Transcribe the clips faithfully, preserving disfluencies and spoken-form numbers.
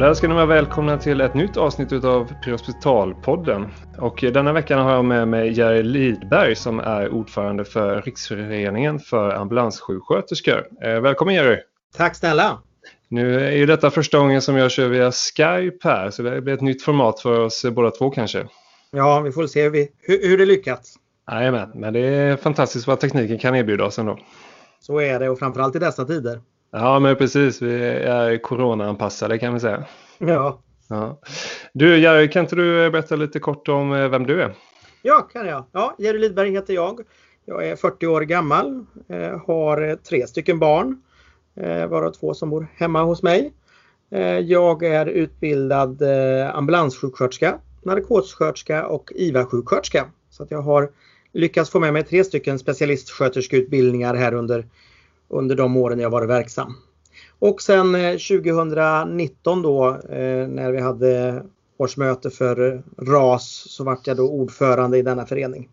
Där ska ni vara välkomna till ett nytt avsnitt av Prehospitalpodden. Och denna veckan har jag med mig Jerry Lidberg som är ordförande för Riksföreningen för ambulanssjuksköterskor. Eh, välkommen Jerry! Tack snälla! Nu är ju detta första gången som jag kör via Skype här, så det blir ett nytt format för oss båda två kanske. Ja, vi får se hur, vi, hur, hur det lyckats. Jajamän, men det är fantastiskt vad tekniken kan erbjuda oss ändå. Så är det, och framförallt i dessa tider. Ja, men precis. Vi är corona-anpassade kan vi säga. Ja. Ja. Du, Jerry, kan inte du berätta lite kort om vem du är? Ja, kan jag. Ja, Jerry Lidberg heter jag. Jag är fyrtio år gammal, eh, har tre stycken barn, eh, varav två som bor hemma hos mig. Eh, jag är utbildad eh, ambulanssjuksköterska, narkossköterska och I V A-sjuksköterska. Så att jag har lyckats få med mig tre stycken specialistsköterskeutbildningar här under, under de åren jag varit verksam. Och sen eh, tjugonitton då eh, när vi hade årsmöte för R A S så var jag då ordförande i denna förening.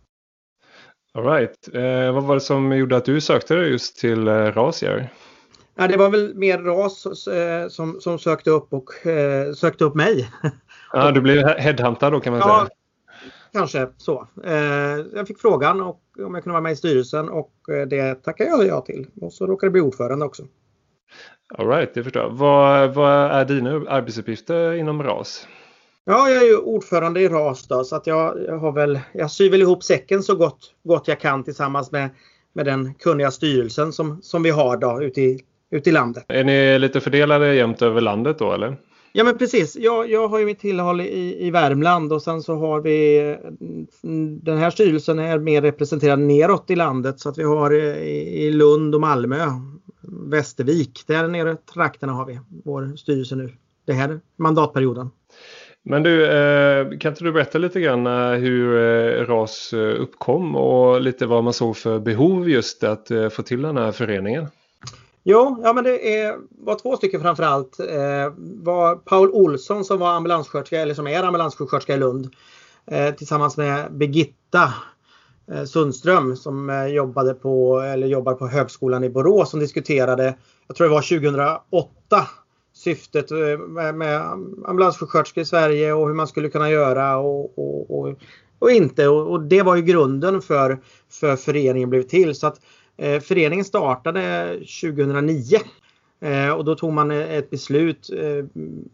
All right. Eh, vad var det som gjorde att du sökte dig just till eh, R A S, Jerry? Ja, det var väl mer R A S eh, som, som sökte upp och eh, sökte upp mig. Ja, du blev headhuntad då kan man ja, säga. Kanske så. Eh, jag fick frågan och, om jag kunde vara med i styrelsen och eh, det tackade jag ja till. Och så råkade jag bli ordförande också. All right, det förstår jag. Vad, vad är dina arbetsuppgifter inom R A S? Ja, jag är ju ordförande i R A S då, så att jag, jag har väl, jag syr väl ihop säcken så gott, gott jag kan tillsammans med, med den kunniga styrelsen som, som vi har då ute i, ute i landet. Är ni lite fördelade jämt över landet då eller? Ja men precis, jag, jag har ju mitt tillhåll i, i Värmland och sen så har vi, den här styrelsen är mer representerad neråt i landet så att vi har i, i Lund och Malmö, Västervik, där nere trakterna har vi vår styrelse nu, det här mandatperioden. Men du, kan inte du berätta lite grann hur R A S uppkom och lite vad man såg för behov just att få till den här föreningen? Jo, ja men det är, var två stycken framförallt. Eh, var Paul Olsson som var ambulanssköterska, eller som är ambulanssjuksköterska i Lund. Eh, tillsammans med Birgitta eh, Sundström som eh, jobbade på, eller jobbar på högskolan i Borås som diskuterade, jag tror det var tjugohundraåtta, syftet eh, med, med ambulanssjuksköterskor i Sverige och hur man skulle kunna göra och, och, och, och inte. Och, och det var ju grunden för, för föreningen blev till. Så att Eh, föreningen startade tjugohundranio eh, och då tog man ett beslut eh,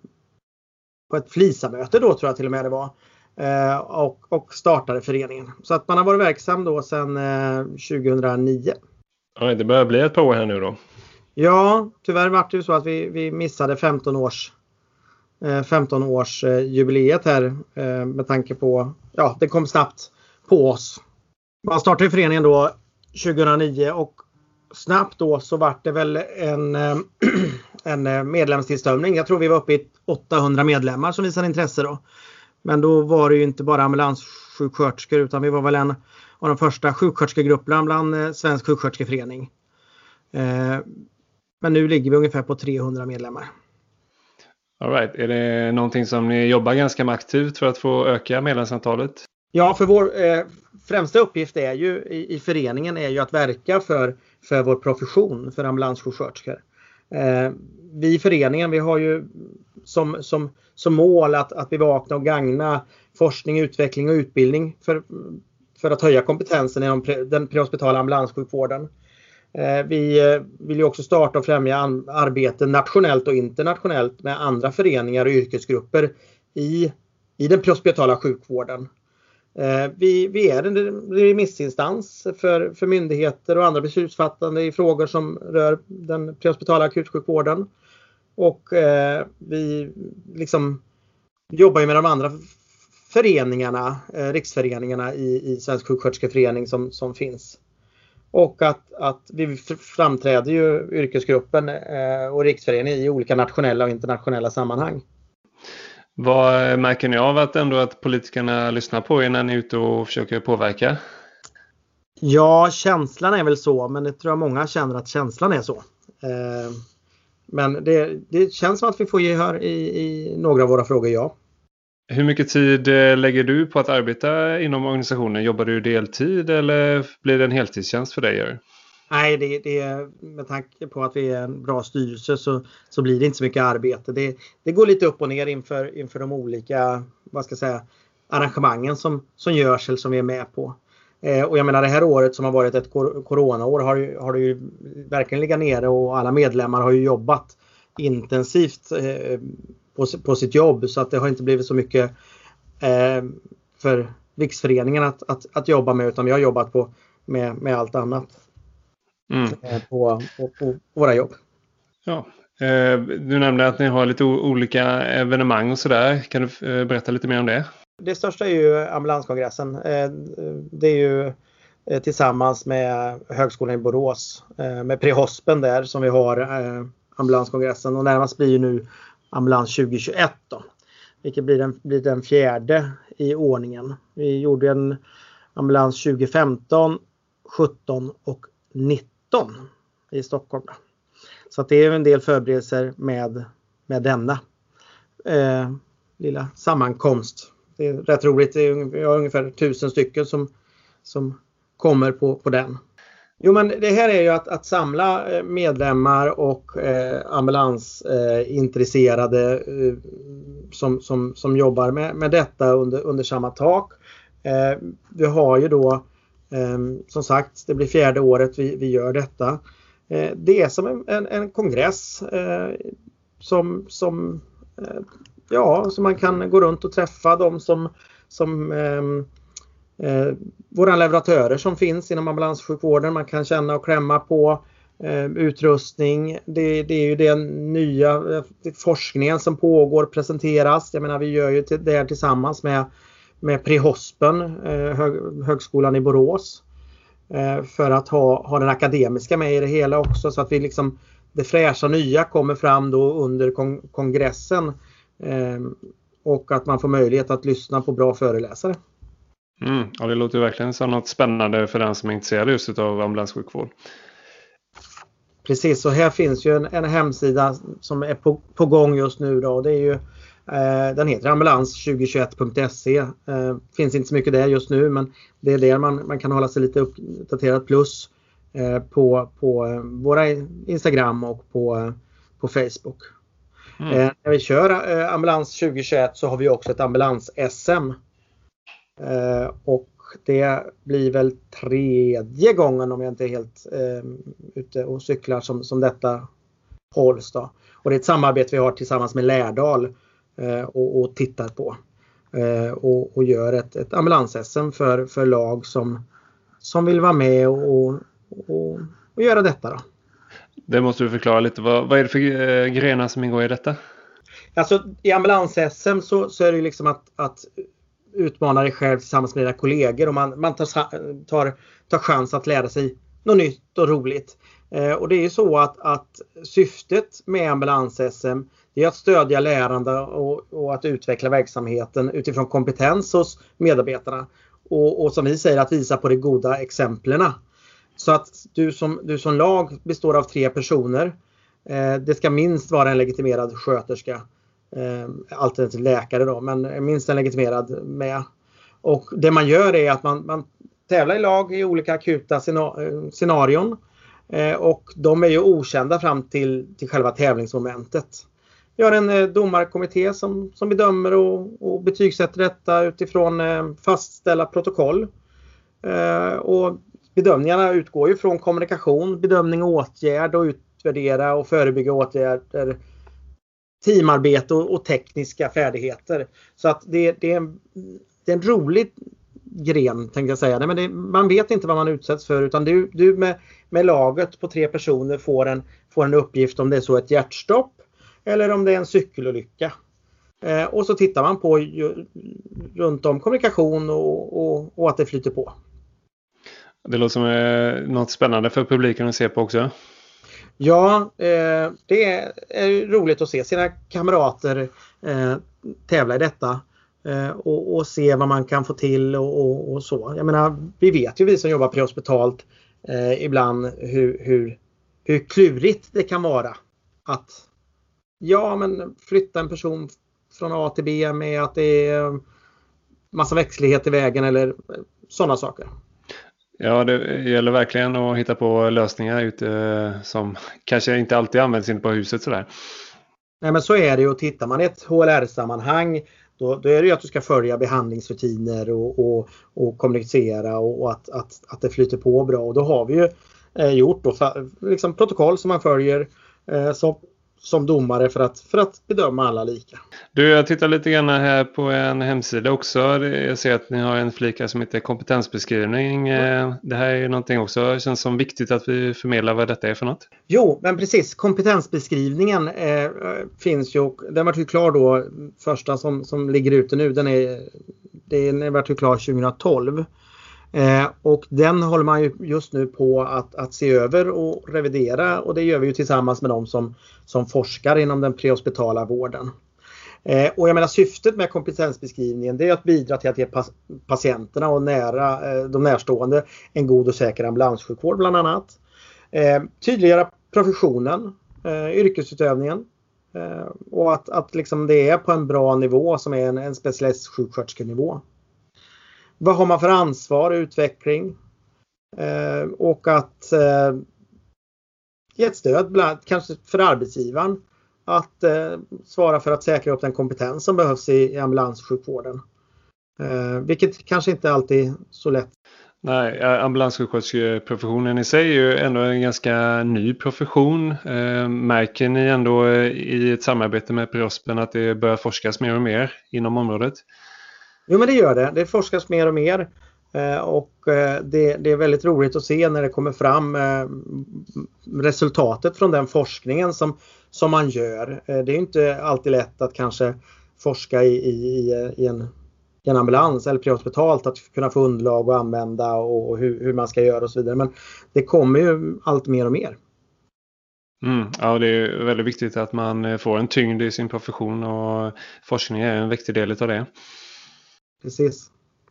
på ett flisamöte då tror jag till och med det var eh, och, och startade föreningen. Så att man har varit verksam då sedan eh, tjugohundranio. Ja, det börjar bli ett par år här nu då. Ja, tyvärr var det ju så att vi, vi missade femton års, eh, femton års eh, jubileet här eh, med tanke på, ja det kom snabbt på oss. Man startade föreningen då tjugohundranio och snabbt då så var det väl en, en medlemstillströmning. Jag tror vi var uppe i åttahundra medlemmar som visade intresse då. Men då var det ju inte bara ambulanssjuksköterskor utan vi var väl en av de första sjuksköterskegrupperna bland Svensk sjuksköterskeförening. Men nu ligger vi ungefär på trehundra medlemmar. All right. Är det någonting som ni jobbar ganska aktivt för att få öka medlemsantalet? Ja, för vår eh, främsta uppgift är ju i, i föreningen är ju att verka för, för vår profession, för ambulanssjuksköterskor. Eh, vi i föreningen vi har ju som, som, som mål att, att bevaka och gagna forskning, utveckling och utbildning för, för att höja kompetensen inom pre, den prehospitala ambulanssjukvården. Eh, vi eh, vill ju också starta och främja an, arbete nationellt och internationellt med andra föreningar och yrkesgrupper i, i den prehospitala sjukvården. Vi, vi är en remissinstans för, för myndigheter och andra beslutsfattande i frågor som rör den prehospitala akutsjukvården. Och eh, vi liksom jobbar ju med de andra föreningarna, eh, riksföreningarna i, i Svensk sjuksköterskeförening som, som finns. Och att, att vi framträder ju yrkesgruppen eh, och riksföreningen i olika nationella och internationella sammanhang. Vad märker ni av att ändå att politikerna lyssnar på er när ni är ute och försöker påverka? Ja, känslan är väl så, men det tror jag många känner att känslan är så. Eh, men det, det känns som att vi får gehör i, i några av våra frågor, ja. Hur mycket tid lägger du på att arbeta inom organisationen? Jobbar du deltid eller blir det en heltidstjänst för dig? Nej, det, det, med tanke på att vi är en bra styrelse så, så blir det inte så mycket arbete. Det, det går lite upp och ner inför, inför de olika, vad ska jag säga, arrangemangen som, som görs eller som vi är med på. Eh, och jag menar det här året som har varit ett kor- coronaår har, ju, har det ju verkligen legat nere och alla medlemmar har ju jobbat intensivt eh, på, på sitt jobb, så att det har inte blivit så mycket eh, för Riksföreningen att, att, att jobba med, utan vi har jobbat på, med, med allt annat mm. eh, på, på, på våra jobb. Ja. Eh, du nämnde att ni har lite o- olika evenemang och sådär. Kan du eh, berätta lite mer om det? Det största är ju ambulanskongressen. Eh, det är ju eh, tillsammans med Högskolan i Borås eh, med Prehospen där som vi har eh, ambulanskongressen, och närmast blir ju nu ambulans tjugohundratjugoett då. Vilket blir den, blir den fjärde i ordningen. Vi gjorde en ambulans tjugofemton, sjutton och nitton i Stockholm. Då. Så att det är en del förberedelser med, med denna eh, lilla sammankomst. Det är rätt roligt. Det är, vi har ungefär tusen stycken som, som kommer på, på den. Jo, men det här är ju att, att samla medlemmar och eh, ambulansintresserade eh, som, som, som jobbar med, med detta under, under samma tak. Eh, vi har ju då, eh, som sagt, det blir fjärde året vi, vi gör detta. Eh, det är som en, en, en kongress eh, som, som, eh, ja, som man kan gå runt och träffa de som, som eh, Eh, våra leverantörer som finns inom ambulanssjukvården. Man kan känna och klämma på eh, utrustning. Det, det är ju den nya eh, forskningen som pågår presenteras. Jag menar, vi gör ju det här tillsammans med, med Prehospen, eh, hög, högskolan i Borås. Eh, för att ha, ha den akademiska med i det hela också. Så att vi liksom, det fräscha nya kommer fram då under kon- kongressen. Eh, och att man får möjlighet att lyssna på bra föreläsare. Mm, ja, det låter verkligen som något spännande för den som är intresserad just av ambulanssjukvård. Precis, och här finns ju en, en hemsida som är på, på gång just nu då. Det är ju, eh, den heter ambulans tjugohundratjugoett punkt se. Eh, finns inte så mycket där just nu, men det är där man, man kan hålla sig lite uppdaterad, plus eh, på, på eh, våra Instagram och på, eh, på Facebook. Mm. Eh, när vi kör eh, ambulans tjugohundratjugoett så har vi också ett ambulans-S M. Uh, och det blir väl tredje gången, om jag inte är helt uh, ute och cyklar, som, som detta hålls då. Och det är ett samarbete vi har tillsammans med Lärdal uh, och, och tittar på. Uh, och, och gör ett, ett ambulans-S M för, för lag som, som vill vara med och, och, och, och göra detta då. Det måste du förklara lite. Vad, vad är det för uh, grenar som ingår i detta? Alltså i ambulans-S M så, så är det liksom att, att utmana dig själv tillsammans med dina kollegor, och man, man tar, tar, tar chans att lära sig något nytt och roligt. Eh, och det är ju så att, att syftet med ambulans-S M är att stödja lärande och, och att utveckla verksamheten utifrån kompetens hos medarbetarna. Och, och som vi säger, att visa på de goda exemplen. Så att du som, du som lag består av tre personer. Eh, det ska minst vara en legitimerad sköterska. Eh, alternativt läkare då, men minst en legitimerad med. Och det man gör är att man, man tävlar i lag i olika akuta scena- scenarion. Eh, och de är ju okända fram till, till själva tävlingsmomentet. Vi har en eh, domarkommitté som, som bedömer och, och betygsätter detta utifrån eh, fastställda protokoll. Eh, och bedömningarna utgår ju från kommunikation, bedömning och åtgärd, och utvärdera och förebygga åtgärder, teamarbete och, och tekniska färdigheter. Så att det, det, är, en, det är en rolig gren, tänkte jag säga. Nej, men det, man vet inte vad man utsätts för, utan du, du med, med laget på tre personer får en, får en uppgift, om det är så ett hjärtstopp eller om det är en cykelolycka. Eh, och så tittar man på ju, runt om kommunikation och, och, och att det flyter på. Det låter som eh, något spännande för publiken att se på också. Ja, eh, det är, är roligt att se sina kamrater eh, tävla i detta. Eh, och, och se vad man kan få till och, och, och så. Jag menar, vi vet ju, vi som jobbar prehospitalt eh, ibland hur, hur, hur klurigt det kan vara att ja, men flytta en person från A till B med att det är massa växtlighet i vägen eller sådana saker. Ja, det gäller verkligen att hitta på lösningar ute som kanske inte alltid används in på huset sådär. Nej, men så är det ju. Och tittar man i ett H L R-sammanhang då, då är det ju att du ska följa behandlingsrutiner och, och, och kommunicera och, och att, att, att det flyter på bra. Och då har vi ju eh, gjort då, liksom protokoll som man följer eh, som, som domare för att, för att bedöma alla lika. Du, jag tittar lite grann här på en hemsida också. Jag ser att ni har en flik här som heter kompetensbeskrivning. Mm. Det här är någonting också. Det känns som viktigt att vi förmedlar vad detta är för något. Jo, men precis. Kompetensbeskrivningen eh, finns ju. Den var ju klar då. Första som, som ligger ute nu. Den är, den är varit ju klar tjugohundratolv. Eh, och den håller man ju just nu på att, att se över och revidera. Och det gör vi ju tillsammans med de som, som forskar inom den prehospitala vården. Eh, och jag menar syftet med kompetensbeskrivningen det är att bidra till att ge pas- patienterna och nära, eh, de närstående en god och säker ambulanssjukvård bland annat. Eh, tydliggöra professionen, eh, yrkesutövningen eh, och att, att liksom det är på en bra nivå som är en, en specialistsjuksköterskenivå. Vad har man för ansvar och utveckling? Eh, och att eh, ge ett stöd bland, kanske för arbetsgivaren att eh, svara för att säkra upp den kompetens som behövs i, i ambulanssjukvården. Eh, vilket kanske inte alltid är så lätt. Nej, ambulanssjuksköterskeprofessionen i sig är ju ändå en ganska ny profession. Eh, märker ni ändå i ett samarbete med Preospen att det börjar forskas mer och mer inom området? Jo, men det gör det. Det forskas mer och mer. Eh, och eh, det, det är väldigt roligt att se när det kommer fram eh, resultatet från den forskningen som, som man gör. Eh, det är inte alltid lätt att kanske forska i, i, i, en, i en ambulans eller prehospitalt att kunna få underlag och använda och, och hur, hur man ska göra och så vidare. Men det kommer ju allt mer och mer. Mm, ja, det är väldigt viktigt att man får en tyngd i sin profession och forskning är en viktig del av det. Precis.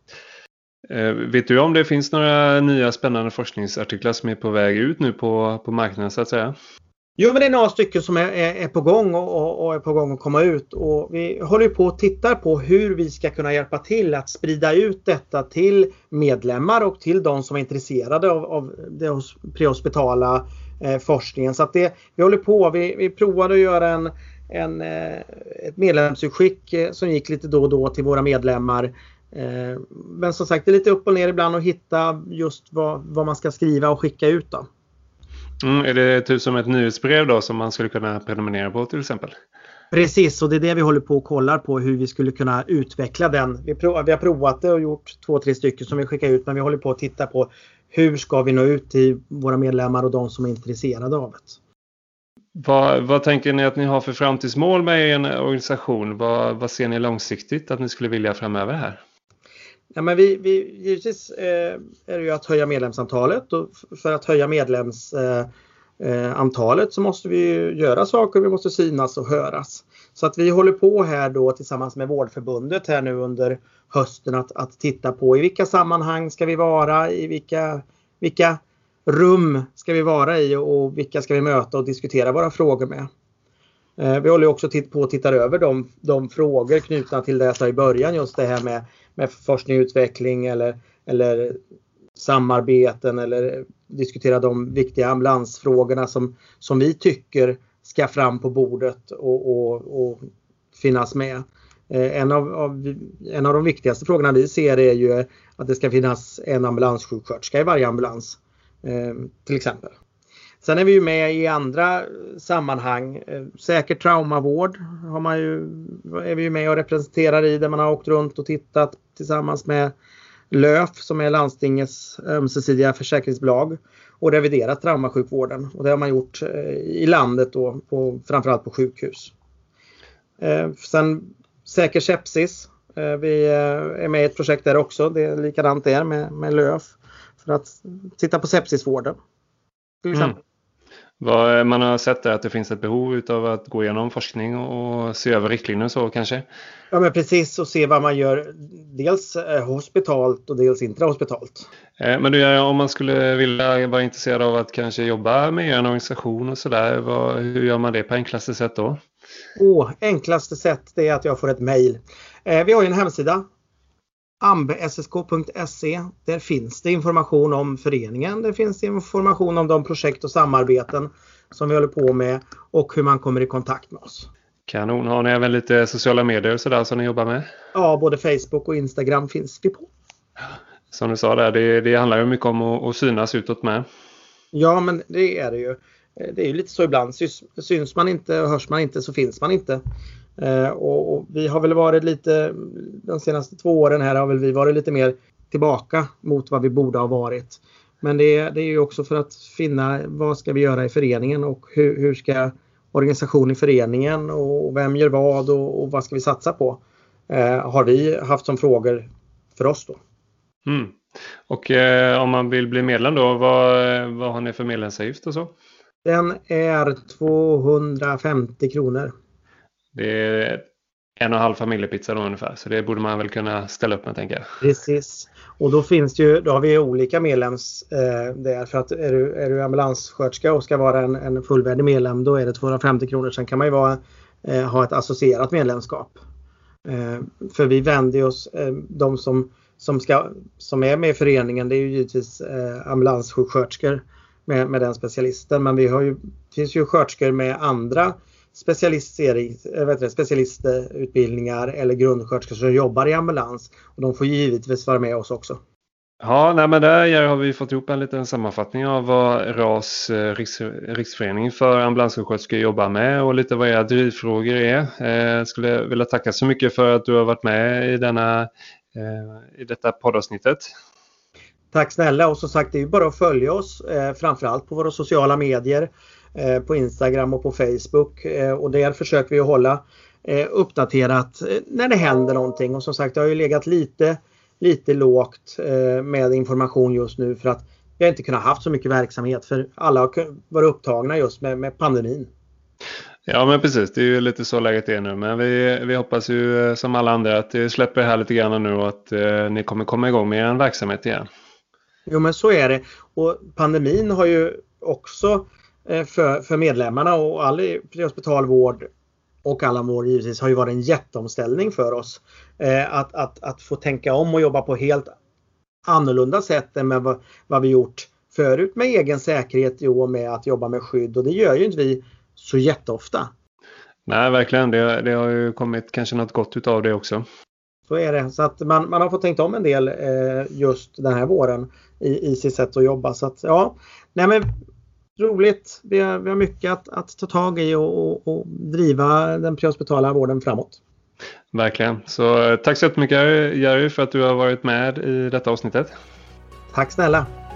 Eh, vet du om det finns några nya spännande forskningsartiklar som är på väg ut nu på, på marknaden så att säga? Jo, men det är några stycken som är, är, är på gång och, och är på gång att komma ut. Och vi håller på att titta på hur vi ska kunna hjälpa till att sprida ut detta till medlemmar och till de som är intresserade av, av den prehospitala eh, forskningen. Så att det, vi håller på, vi, vi provade att göra en, en, eh, ett medlemsutskick eh, som gick lite då och då till våra medlemmar. Eh, men som sagt, det är lite upp och ner ibland att hitta just vad, vad man ska skriva och skicka ut då. Mm, är det typ som ett nyhetsbrev då som man skulle kunna prenumerera på till exempel? Precis, och det är det vi håller på och kollar på hur vi skulle kunna utveckla den. Vi, prov, vi har provat det och gjort två, tre stycken som vi skickar ut, men vi håller på att titta på hur ska vi nå ut till våra medlemmar och de som är intresserade av det. Vad, vad tänker ni att ni har för framtidsmål med en organisation? Vad, vad ser ni långsiktigt att ni skulle vilja framöver här? Ja, men vi, vi, givetvis eh, är det ju att höja medlemsantalet och för att höja medlemsantalet eh, så måste vi ju göra saker, vi måste synas och höras. Så att vi håller på här då tillsammans med Vårdförbundet här nu under hösten att, att titta på i vilka sammanhang ska vi vara, i vilka, vilka rum ska vi vara i och vilka ska vi möta och diskutera våra frågor med. Eh, vi håller också titt på och tittar över de, de frågor knutna till det jag sa i början, just det här med med forskning och utveckling eller, eller samarbeten eller diskutera de viktiga ambulansfrågorna som, som vi tycker ska fram på bordet och, och, och finnas med. Eh, en, av, av, en av de viktigaste frågorna vi ser är ju att det ska finnas en ambulanssjuksköterska i varje ambulans eh, till exempel. Sen är vi ju med i andra sammanhang. Eh, säker traumavård har man ju, är vi ju med och representerar i där man har åkt runt och tittat tillsammans med L Ö F som är landstingets ömsesidiga försäkringsbolag och reviderat traumasjukvården. Och det har man gjort eh, i landet då, på, framförallt på sjukhus. Eh, sen säker sepsis. Eh, vi eh, är med i ett projekt där också. Det är likadant där med, med L Ö F för att titta på sepsisvården. Till exempel. Mm. Vad man har sett är att det finns ett behov av att gå igenom forskning och se över riktlinjer så kanske? Ja, men precis, och se vad man gör dels hospitalt och dels intrahospitalt. Men du, om man skulle vilja vara intresserad av att kanske jobba med en organisation och sådär, hur gör man det på enklaste sätt då? Åh, enklaste sätt det är att jag får ett mejl. Vi har ju en hemsida ambe s s k punkt se. Där finns det information om föreningen. Där finns det information om de projekt och samarbeten som vi håller på med och hur man kommer i kontakt med oss. Kanon. Har ni även lite sociala medier och sådär som ni jobbar med? Ja, både Facebook och Instagram finns vi på. Som du sa där, det, det handlar ju mycket om att, att synas utåt med. Ja, men det är det ju. Det är ju lite så ibland. Syns, syns man inte och hörs man inte så finns man inte. Eh, och, och vi har väl varit lite, de senaste två åren här har väl vi varit lite mer tillbaka mot vad vi borde ha varit. Men det, det är ju också för att finna vad ska vi göra i föreningen och hur, hur ska organisation i föreningen och vem gör vad och, och vad ska vi satsa på. Eh, har vi haft som frågor för oss då. Mm. Och eh, om man vill bli medlem då, vad, vad har ni för medlemsavgift och så? Den är tvåhundrafemtio kronor. Det är en och en halv familjepizza då ungefär, så det borde man väl kunna ställa upp med, tänker jag. Precis. Och då finns det ju, då har vi olika medlems eh, där, för att är du, är du ambulanssköterska och ska vara en, en fullvärdig medlem, då är det tvåhundrafemtio kronor. Sen kan man ju vara, eh, ha ett associerat medlemskap. Eh, för vi vänder oss, eh, de som, som, ska, som är med i föreningen, det är ju givetvis eh, ambulanssjuksköterskor med, med den specialisten. Men vi har ju, det finns ju sköterskor med andra specialisering, vet du, specialistutbildningar eller grundsköterskor som jobbar i ambulans. Och de får givetvis vara med oss också. Ja, nej, men där har vi fått ihop en liten sammanfattning av vad R A S, Riks, Riksförening för ambulanssjuksköterskor jobbar med och lite vad era drivfrågor är. Jag skulle vilja tacka så mycket för att du har varit med i, denna, i detta poddavsnittet. Tack snälla, och som sagt det är ju bara att följa oss eh, framförallt på våra sociala medier, eh, på Instagram och på Facebook, eh, och där försöker vi att hålla eh, uppdaterat eh, när det händer någonting. Och som sagt det har ju legat lite, lite lågt eh, med information just nu för att vi har inte kunnat haft så mycket verksamhet för alla har varit upptagna just med, med pandemin. Ja, men precis, det är ju lite så läget är nu, men vi, vi hoppas ju som alla andra att det släpper här lite grann nu och att eh, ni kommer komma igång med er verksamhet igen. Jo, men så är det. Och pandemin har ju också för, för medlemmarna och all prehospitalvård och alla vård givetvis har ju varit en jätteomställning för oss. Att, att, att få tänka om och jobba på helt annorlunda sätt än med vad, vad vi gjort förut med egen säkerhet och med att jobba med skydd. Och det gör ju inte vi så jätteofta. Nej, verkligen. Det, det har ju kommit kanske något gott utav det också. Så är det. Så att man, man har fått tänkt om en del eh, just den här våren i, i sitt sätt att jobba. Så att ja, nej men roligt. Vi har, vi har mycket att, att ta tag i och, och, och driva den prehospitala vården framåt. Verkligen. Så tack så mycket Jerry för att du har varit med i detta avsnittet. Tack snälla.